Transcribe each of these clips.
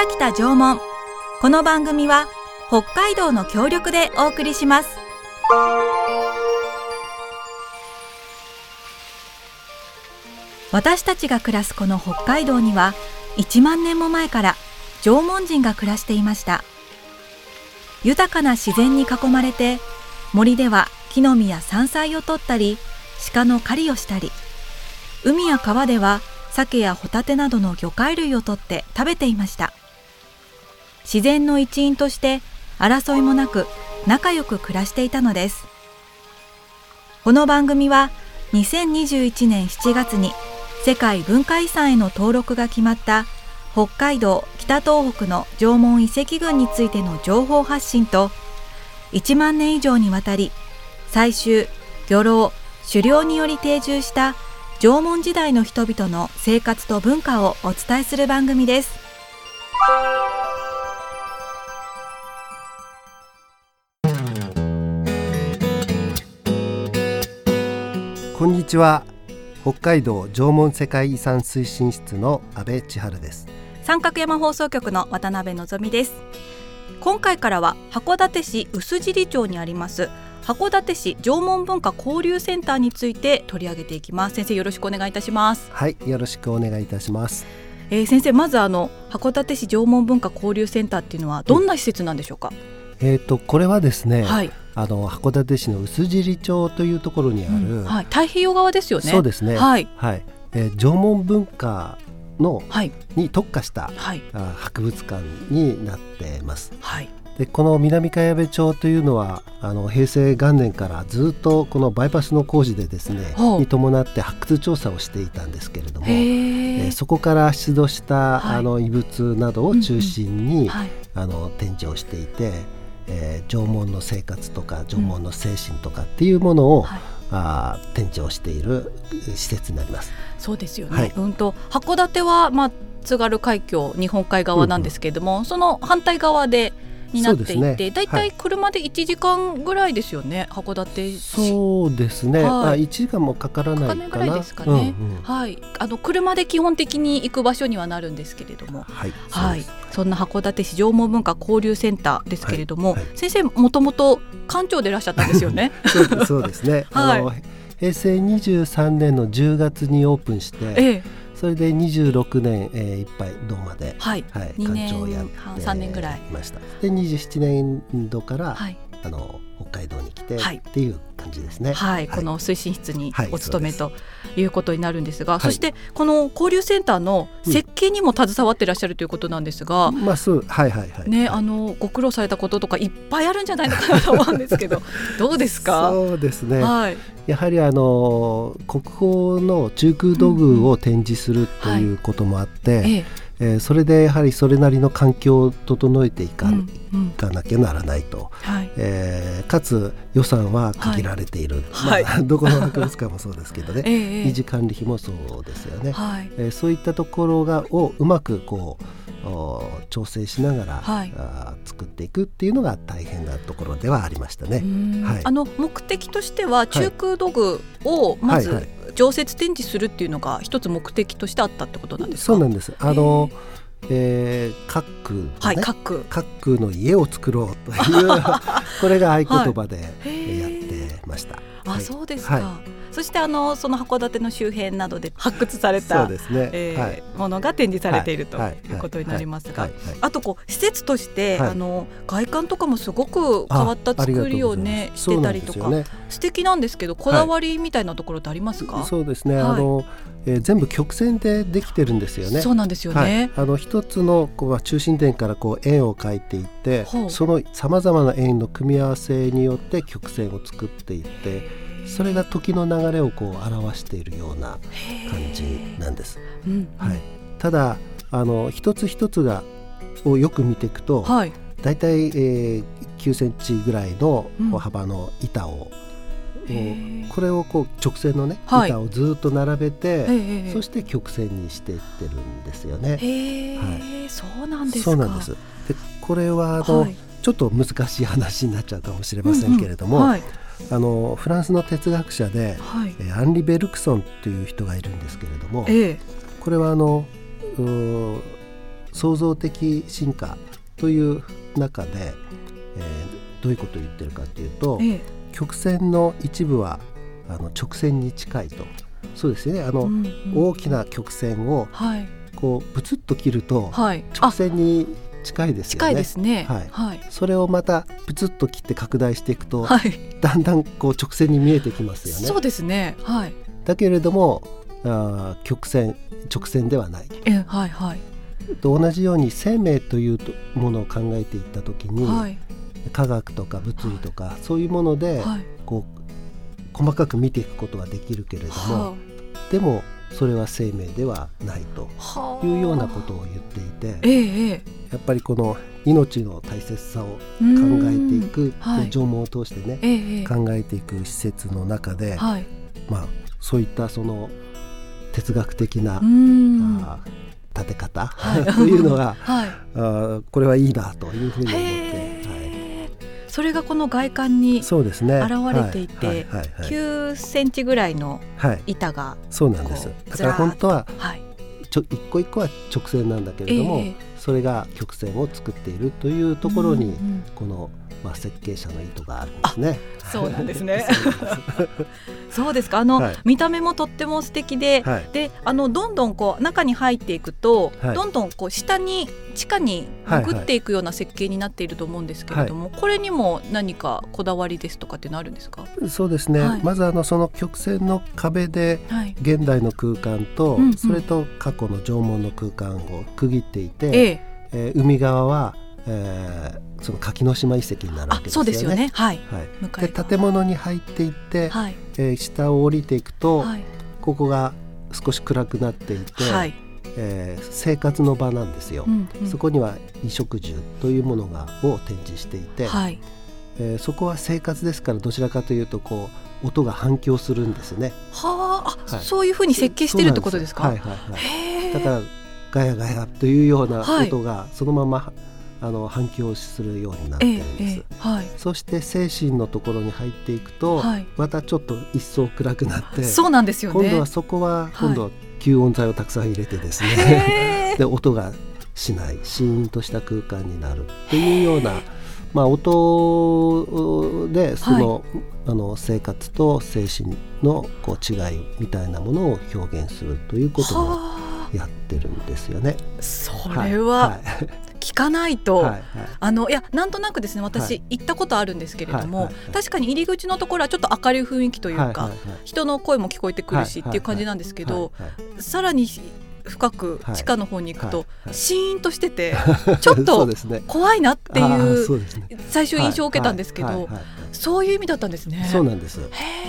北北縄文。この番組は北海道の協力でお送りします。私たちが暮らすこの北海道には1万年も前から縄文人が暮らしていました。豊かな自然に囲まれて、森では木の実や山菜を取ったり、鹿の狩りをしたり、海や川では鮭やホタテなどの魚介類を取って食べていました。自然の一員として争いもなく仲良く暮らしていたのです。この番組は2021年7月に世界文化遺産への登録が決まった北海道北東北の縄文遺跡群についての情報発信と、1万年以上にわたり採集、漁労、狩猟により定住した縄文時代の人々の生活と文化をお伝えする番組です。 こんにちは。北海道縄文世界遺産推進室の阿部千春です。 三角山放送局の渡辺のぞみです。今回からは函館市臼尻町にあります函館市縄文文化交流センターについて取り上げていきます。先生、よろしくお願いいたします。 はい、よろしくお願いいたします。 先生、まず函館市縄文文化交流センターっていうのはどんな施設なんでしょうか？ これはですね、 はい、 函館市の臼尻町というところにある、 はい、太平洋側ですよね。 そうですね、 はいはい、縄文文化の、 はい、 に特化した、 はい、 博物館になっています。 はい、 でこの南茅部町というのは平成元年からずっとこのバイパスの工事でですねに伴って発掘調査をしていたんですけれども、そこから出土した、はい、遺物などを中心に、はい、展示をしていて、縄文の生活とか縄文の精神とかっていうものを、はい、展示をしている施設になります。そうですよね、はい、 函館は、津軽海峡日本海側なんですけれども、その反対側でになっていて、だいたい車で1時間ぐらいですよね、はい、函館市。そうですね、 はい、1時間もかからないかな、 ぐらいですかね、はい、車で基本的に行く場所にはなるんですけれども、 はい、 はい、そんな函館市縄文文化交流センターですけれども、はいはい、先生もともと館長でいらっしゃったんですよね。 そうですね、はい、平成23年の10月にオープンして、それで26年、いっぱい度まで、はいはい、館長をやって 3年ぐらいました。で27年度から、はい、北海道に来て、はい、っていう感じですね、 はい、この推進室にお勤めということになるんですが、そしてこの交流センターの設計にも携わっていらっしゃるということなんですが、 そうはいはいはい、 ね、ご苦労されたこととかいっぱいあるんじゃないのかなと思うんですけどどうですか？ そうですね、 はい、 やはり国宝の中空土偶を展示するということもあって、それでやはりそれなりの環境を整えていかなきゃならないと、はい、かつ予算は限られている、はい、どこの博物館もそうですけどね、維持管理費もそうですよね、はい、そういったところをうまく調整しながら、はい、作っていくっていうのが大変なところではありましたね、はい、 目的としては中空土偶をまず常設展示するっていうのが一つ目的としてあったってことなんですか？ そうなんです。各区、ね、 はい、各区の家を作ろうというこれが合言葉でやってました。 あ、そうですか、はい、そしてその函館の周辺などで発掘された、ものが展示されているということになりますが、あと施設として、外観とかもすごく変わった作りをねしてたりとか、素敵なんですけど、こだわりみたいなところってありますか？ そうですね、全部曲線でできてるんですよね。 そうなんですよね、 一つの中心点から円を描いていって、そのさまざまな円の組み合わせによって曲線を作っていって、それが時の流れを表しているような感じなんです、はい、ただ一つ一つをよく見ていくと、だいたい9センチぐらいの幅の板を、これを直線のね、板をずっと並べて、そして曲線にしていってるんですよね。 そうなんですか。 そうなんです。でこれはちょっと難しい話になっちゃうかもしれませんけれども、フランスの哲学者で、アンリ・ベルクソンという人がいるんですけれども、これは創造的進化という中で、どういうことを言ってるかというと、曲線の一部は直線に近いと。そうですね、大きな曲線をこうブツッと切ると直線に近いですよね。 近いですね。 それをまたブツッと切って拡大していくと、だんだんこう直線に見えてきますよね。 そうですね。 だけれども直線ではない。と同じように生命というものを考えていったときに、科学とか物理とかそういうものでこう細かく見ていくことはできるけれども、でもそれは生命ではないというようなことを言っていて、やっぱりこの命の大切さを考えていく、縄文を通してね、考えていく施設の中で、そういったその哲学的な立て方というのが、これはいいなというふうに思って、 それがこの外観に現れていて、9センチぐらいの板が、 そうなんです。だから本当は一個一個は直線なんだけれども、それが曲線を作っているというところに、この設計者の意図があるんですね。 そうなんですね。そうですか。見た目もとっても素敵で、でどんどんこう中に入っていくと、どんどんこう地下に潜っていくような設計になっていると思うんですけれども、これにも何かこだわりですとかってのあるんですか？ そうですね。まずその曲線の壁で現代の空間と、それと過去の縄文の空間を区切っていて、海側はその柿の島遺跡になるわけですよね。そうですよね。で建物に入っていって、下を降りていくと、ここが少し暗くなっていて、生活の場なんですよ。そこには衣食住というものを展示していて、そこは生活ですから、どちらかというとこう音が反響するんですね。そういうふうに設計してるってことですか？だからガヤガヤというような音がそのまま反響するようになっているんです。そして精神のところに入っていくと、またちょっと一層暗くなって、 そうなんですよね。 今度はそこは吸音材をたくさん入れてですね、で音がしないシーンとした空間になるっていうような、音でその、生活と精神のこう違いみたいなものを表現するということもやってるんですよね。 それは、聞かないと、いやなんとなくですね、私行ったことあるんですけれども、確かに入り口のところはちょっと明るい雰囲気というか、人の声も聞こえてくるしっていう感じなんですけど、さらに深く地下の方に行くと、シーンとしててちょっと怖いなっていう最初印象を受けたんですけど、そういう意味だったんですね。 そうなんです。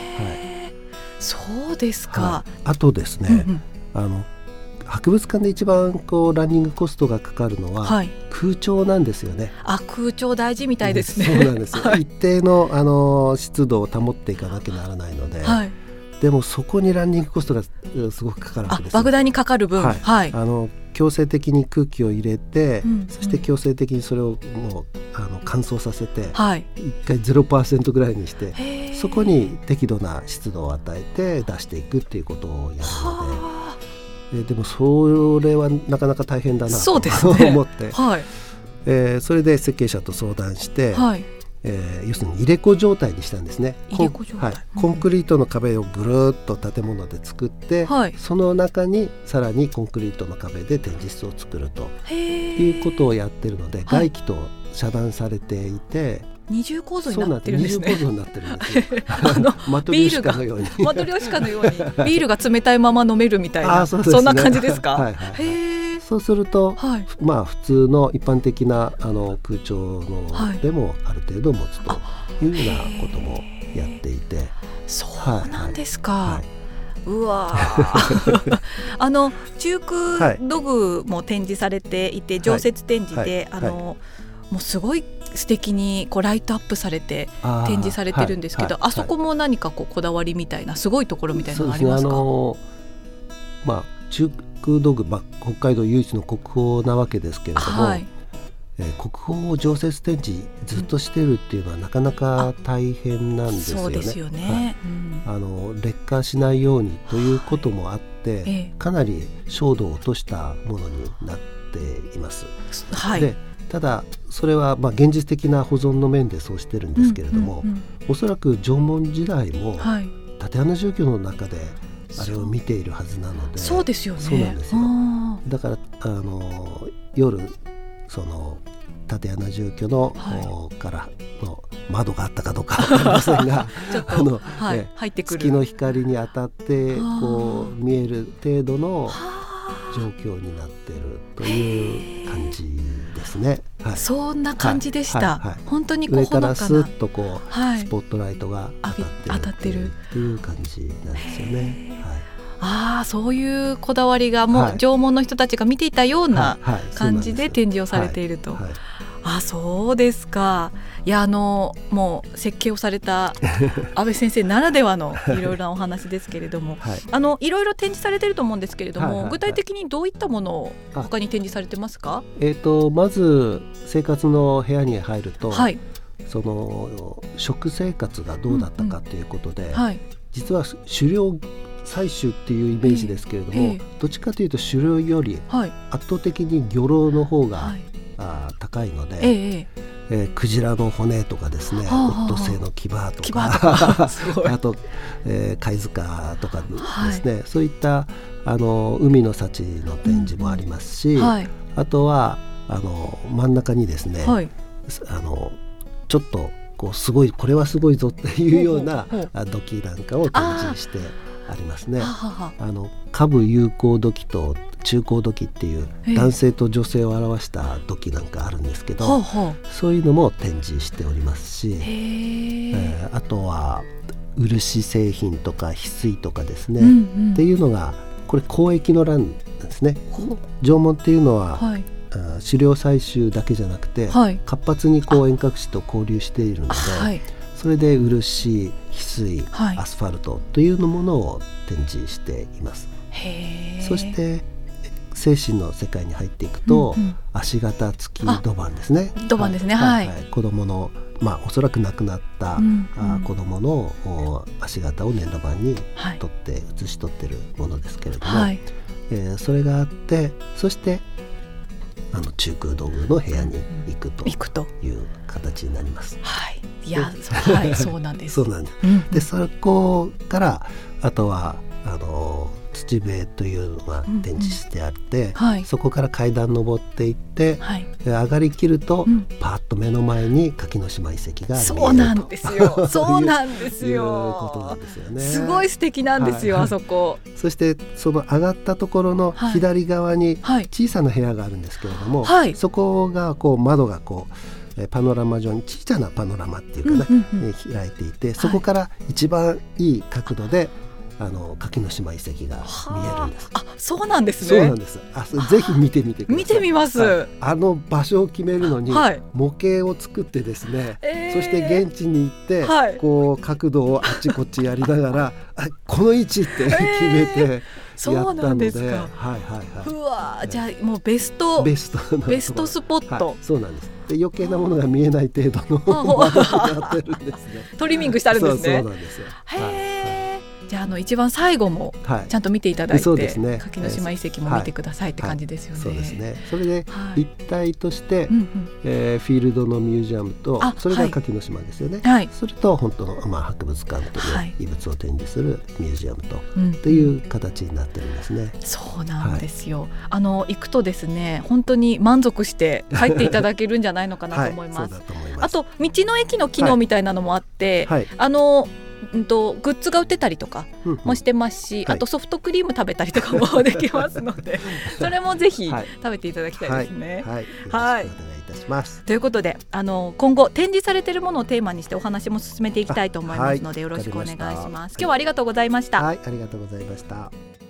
そうですか。 あとですね、博物館で一番ランニングコストがかかるのは、空調なんですよね。 空調大事みたいですね。 そうなんです。一定の湿度を保っていかなきゃならないので、でもそこにランニングコストがすごくかかるわけです。 莫大にかかる分、 強制的に空気を入れて、そして強制的にそれをもう乾燥させて、一回 0% ぐらいにして、そこに適度な湿度を与えて出していくっていうことをやるので、でもそれはなかなか大変だなと思って、それで設計者と相談して、要するに入れ子状態にしたんですね。コンクリートの壁をぐるっと建物で作って、その中にさらにコンクリートの壁で展示室を作るということをやってるので、外気と遮断されていて、 二重構造になってるんですね。 二重構造になってるんですよ。マトリョシカのようにマトリョシカのようにビールが冷たいまま飲めるみたいな、そんな感じですか？そうすると、普通の一般的な空調のでもある程度持つというようなこともやっていて。 そうなんですか。うわ中空土偶も展示されていて、常設展示で、もうすごい素敵にライトアップされて展示されてるんですけど、あそこも何かこだわりみたいな、すごいところみたいなのありますか？ 中空土偶、北海道唯一の国宝なわけですけれども、国宝を常設展示ずっとしてるっていうのはなかなか大変なんですよね。 そうですよね。 劣化しないようにということもあって、かなり照度を落としたものになっています。 はい、 でただそれは現実的な保存の面でそうしてるんですけれども、おそらく縄文時代も竪穴住居の中であれを見ているはずなので。 そうですよね。 そうなんですよ。だから夜その竪穴住居の、からの窓があったかどうか分かりませんがちょっと入ってくる月の光に当たってこう見える程度の状況になっているという感じですね。 そんな感じでした。本当に上からスッとこう、スポットライトが当たってるという感じなんですよね。 そういうこだわりがもう縄文の人たちが見ていたような感じで展示をされていると。そうですか。いやもう設計をされた安倍先生ならではのいろいろなお話ですけれども、いろいろ展示されていると思うんですけれども、具体的にどういったものを他に展示されてますか？ まず生活の部屋に入ると、その食生活がどうだったかということで、実は狩猟採集っていうイメージですけれども、どっちかというと狩猟より圧倒的に漁労の方が高いので、クジラの骨とかですね、オットセイの牙とかあと、貝塚とかですね、そういった海の幸の展示もありますし、あとは真ん中にですね、ちょっとこうすごいこれはすごいぞっていうような土器なんかを展示してありますね。下部有効土器と中高土器っていう男性と女性を表した土器なんかあるんですけど、そういうのも展示しておりますし、あとは漆製品とか翡翠とかですね、っていうのがこれ交易の欄なんですね。縄文っていうのは、狩猟採集だけじゃなくて、活発にこう遠隔地と交流しているので、それで漆、翡翠、アスファルトというものを展示しています。そして精神の世界に入っていくと、足型付き土板ですね。 土板ですね。 子供のおそらく亡くなった子供の足型を粘土板に取って写し取っているものですけれども、それがあって、そして中空道具の部屋に行くという形になります。 いや、そうなんです。 そうなんです。でそこからあとは土塀というのが展示してあって、そこから階段登っていって、上がりきると、パッと目の前に柿の島遺跡が見えると。 そうなんですよ。そうなんですよ。 いうことなんですよね。 すごい素敵なんですよ、あそこ。 そしてその上がったところの左側に小さな部屋があるんですけれども、そこがこう窓がこうパノラマ状に小さなパノラマっていうかね、開いていて、そこから一番いい角度で柿の島遺跡が見えるんです。 そうなんですね。 そうなんです。ぜひ見てみてください。 見てみます。 場所を決めるのに模型を作ってですね、そして現地に行って、こう角度をあっちこっちやりながらこの位置って決めてやったので、 うわ、じゃあもうベストスポット。 そうなんです。で余計なものが見えない程度の窓になってるんですね。 トリミングしてあるんですね。 そうなんですよ。 じゃあ一番最後もちゃんと見ていただいて、柿の島遺跡も見てくださいって感じですよね。 そうですね。それで一体として、フィールドのミュージアムと、それが柿の島ですよね。それと本当の博物館という遺物を展示するミュージアムという形になってるんですね。 そうなんですよ。行くとですね、本当に満足して帰っていただけるんじゃないのかなと思います。あと道の駅の機能みたいなのもあって、グッズが売ってたりとかもしてますし、あとソフトクリーム食べたりとかもできますので、それもぜひ食べていただきたいですね。 よろしくお願いいたします。 ということで今後展示されているものをテーマにしてお話も進めていきたいと思いますので、よろしくお願いします。今日はありがとうございました。 ありがとうございました。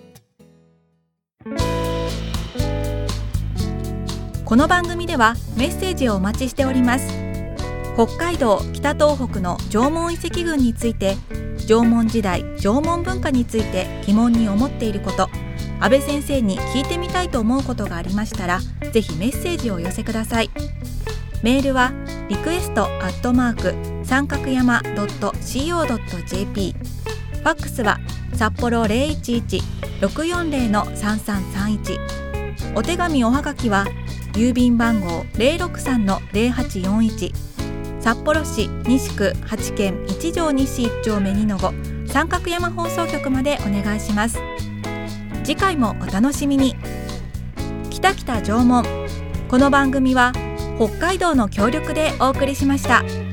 この番組ではメッセージをお待ちしております。北海道北東北の縄文遺跡群について、縄文時代縄文文化について疑問に思っていること、安倍先生に聞いてみたいと思うことがありましたら、ぜひメッセージをお寄せください。メールはrequest@三角山.co.jp、 ファックスは札幌 011-640-3331、 お手紙おはがきは郵便番号 063-0841 札幌市西区8軒1条西1丁目2の5三角山放送局までお願いします。次回もお楽しみに。北北縄文。この番組は北海道の協力でお送りしました。